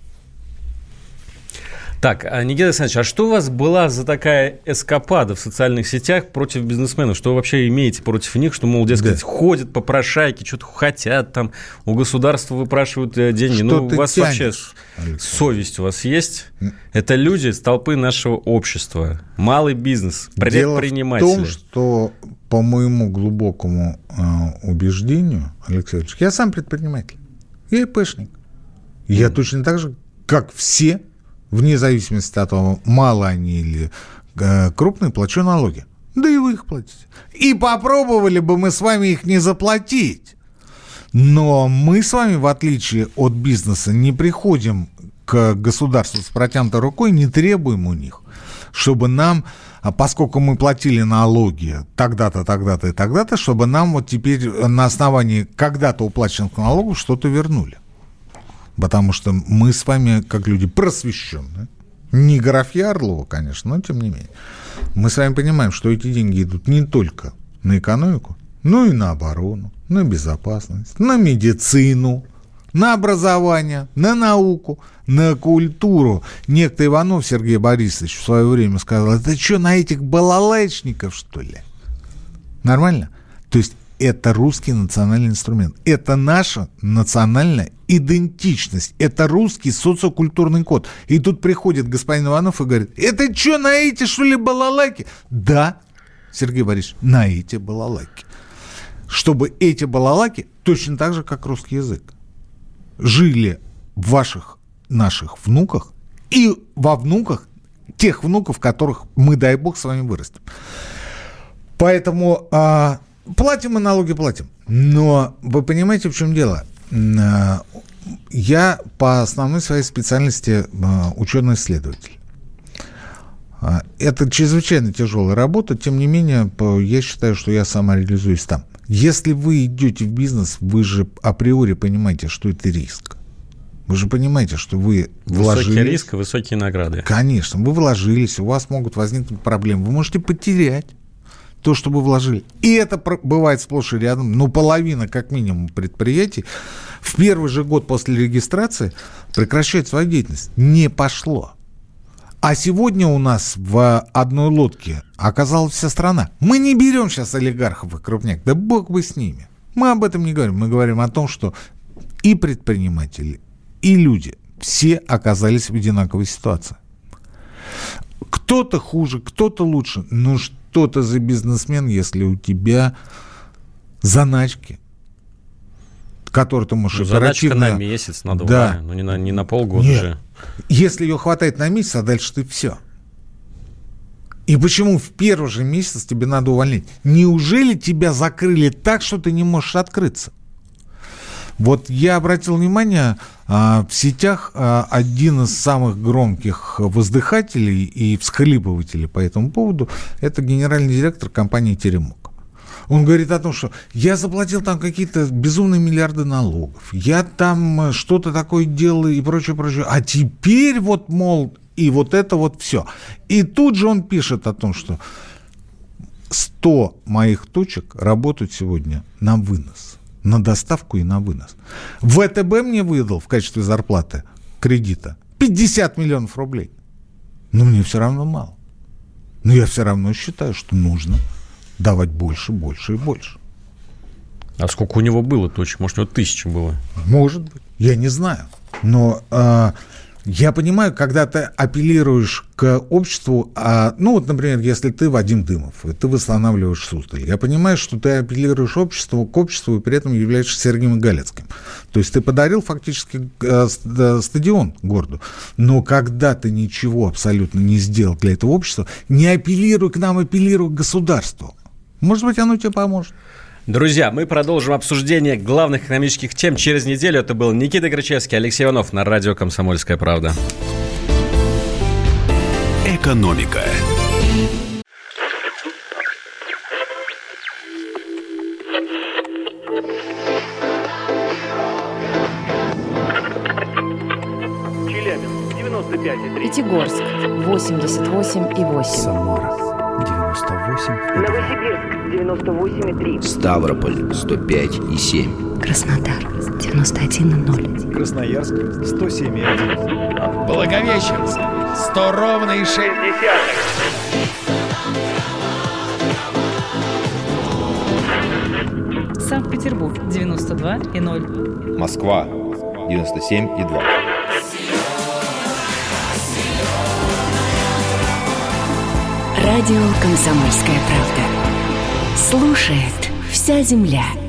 [SPEAKER 2] Так, Никита Александрович, а что у вас была за такая эскапада в социальных сетях против бизнесменов? Что вы вообще имеете против них? Что, мол, дескать, да. ходят по прошайке, что-то хотят, там, у государства выпрашивают деньги. Что ну, у вас тянешь, вообще Александр? Совесть у вас есть? Mm. Это люди из толпы нашего общества. Малый бизнес, предприниматели.
[SPEAKER 3] Дело в том, что, по моему глубокому э, убеждению, Алексей Ильич, я сам предприниматель. Я ИПшник. Я mm. точно так же, как все, вне зависимости от того, мало они или э, крупные, плачу налоги. Да и вы их платите. И попробовали бы мы с вами их не заплатить. Но мы с вами, в отличие от бизнеса, не приходим к государству с протянутой рукой, не требуем у них. чтобы нам, поскольку мы платили налоги тогда-то, тогда-то и тогда-то, чтобы нам вот теперь на основании когда-то уплаченных налогов что-то вернули. Потому что мы с вами, как люди просвещенные, не Графья Орлова, конечно, но тем не менее, мы с вами понимаем, что эти деньги идут не только на экономику, но и на оборону, на безопасность, на медицину, на образование, на науку, на культуру. Некто Иванов Сергей Борисович в свое время сказал: это что, на этих балалайчников, что ли? Нормально? То есть это русский национальный инструмент. Это наша национальная идентичность. Это русский социокультурный код. И тут приходит господин Иванов и говорит: это что, на эти, что ли, балалайки? Да, Сергей Борисович, на эти балалайки. Чтобы эти балалайки, точно так же, как русский язык, жили в ваших, наших внуках и во внуках тех внуков, которых мы, дай бог, с вами вырастим. Поэтому а, платим мы налоги, платим. Но вы понимаете, в чем дело? А, я по основной своей специальности а, ученый-исследователь. А, это чрезвычайно тяжелая работа, тем не менее, я считаю, что я самореализуюсь там. Если вы идете в бизнес, вы же априори понимаете, что это риск. Вы же понимаете, что вы вложились.
[SPEAKER 2] Высокий риск и высокие награды.
[SPEAKER 3] Конечно, вы вложились, у вас могут возникнуть проблемы. Вы можете потерять то, что вы вложили. И это бывает сплошь и рядом. Ну, половина, как минимум, предприятий в первый же год после регистрации прекращает свою деятельность. Не пошло. А сегодня у нас в одной лодке оказалась вся страна. Мы не берем сейчас олигархов и крупняк. Да бог бы с ними. Мы об этом не говорим. Мы говорим о том, что и предприниматели, и люди все оказались в одинаковой ситуации. Кто-то хуже, кто-то лучше. Но что ты за бизнесмен, если у тебя заначки, которые ты можешь
[SPEAKER 2] ну,
[SPEAKER 3] оперативно...
[SPEAKER 2] Заначка на месяц, на два,
[SPEAKER 3] да.
[SPEAKER 2] ну не на, не на полгода
[SPEAKER 3] Нет.
[SPEAKER 2] же.
[SPEAKER 3] Если ее хватает на месяц, а дальше ты все. И почему в первый же месяц тебе надо увольнять? Неужели тебя закрыли так, что ты не можешь открыться? Вот я обратил внимание, в сетях один из самых громких воздыхателей и всхлипывателей по этому поводу – это генеральный директор компании «Теремок». Он говорит о том, что я заплатил там какие-то безумные миллиарды налогов, я там что-то такое делал и прочее, прочее. А теперь вот, мол, и вот это вот все. И тут же он пишет о том, что сто моих точек работают сегодня на вынос, на доставку и на вынос. ВТБ мне выдал в качестве зарплаты кредита пятьдесят миллионов рублей. Но мне все равно мало. Но я все равно считаю, что нужно давать больше, больше и больше.
[SPEAKER 2] А сколько у него было точек? Может, у него тысяча было?
[SPEAKER 3] Может быть. Я не знаю. Но э, я понимаю, когда ты апеллируешь к обществу, э, ну вот, например, если ты Вадим Дымов, и ты восстанавливаешь Суздаль, я понимаю, что ты апеллируешь обществу, к обществу и при этом являешься Сергеем Галицким. То есть ты подарил фактически э, стадион городу. Но когда ты ничего абсолютно не сделал для этого общества, не апеллируй к нам, апеллируй к государству. Может быть, оно тебе поможет.
[SPEAKER 2] Друзья, мы продолжим обсуждение главных экономических тем через неделю. Это был Никита Крычевский, Алексей Иванов на радио «Комсомольская правда».
[SPEAKER 4] Экономика.
[SPEAKER 6] Челябинск, девяносто пять и три.
[SPEAKER 7] Пятигорск, восемьдесят восемь и восемь.
[SPEAKER 8] Самара, девяносто восемь и два.
[SPEAKER 6] Новосибирск, девяносто восемь и три.
[SPEAKER 9] Ставрополь, сто пять и семь.
[SPEAKER 7] Краснодар, девяносто один и ноль.
[SPEAKER 8] Красноярск, сто семь и один.
[SPEAKER 10] Благовещенск, сто ровно и шесть десятых.
[SPEAKER 11] Санкт-Петербург, девяносто два и ноль.
[SPEAKER 12] Москва, девяносто семь и два.
[SPEAKER 13] Радио «Комсомольская правда». Слушает вся земля.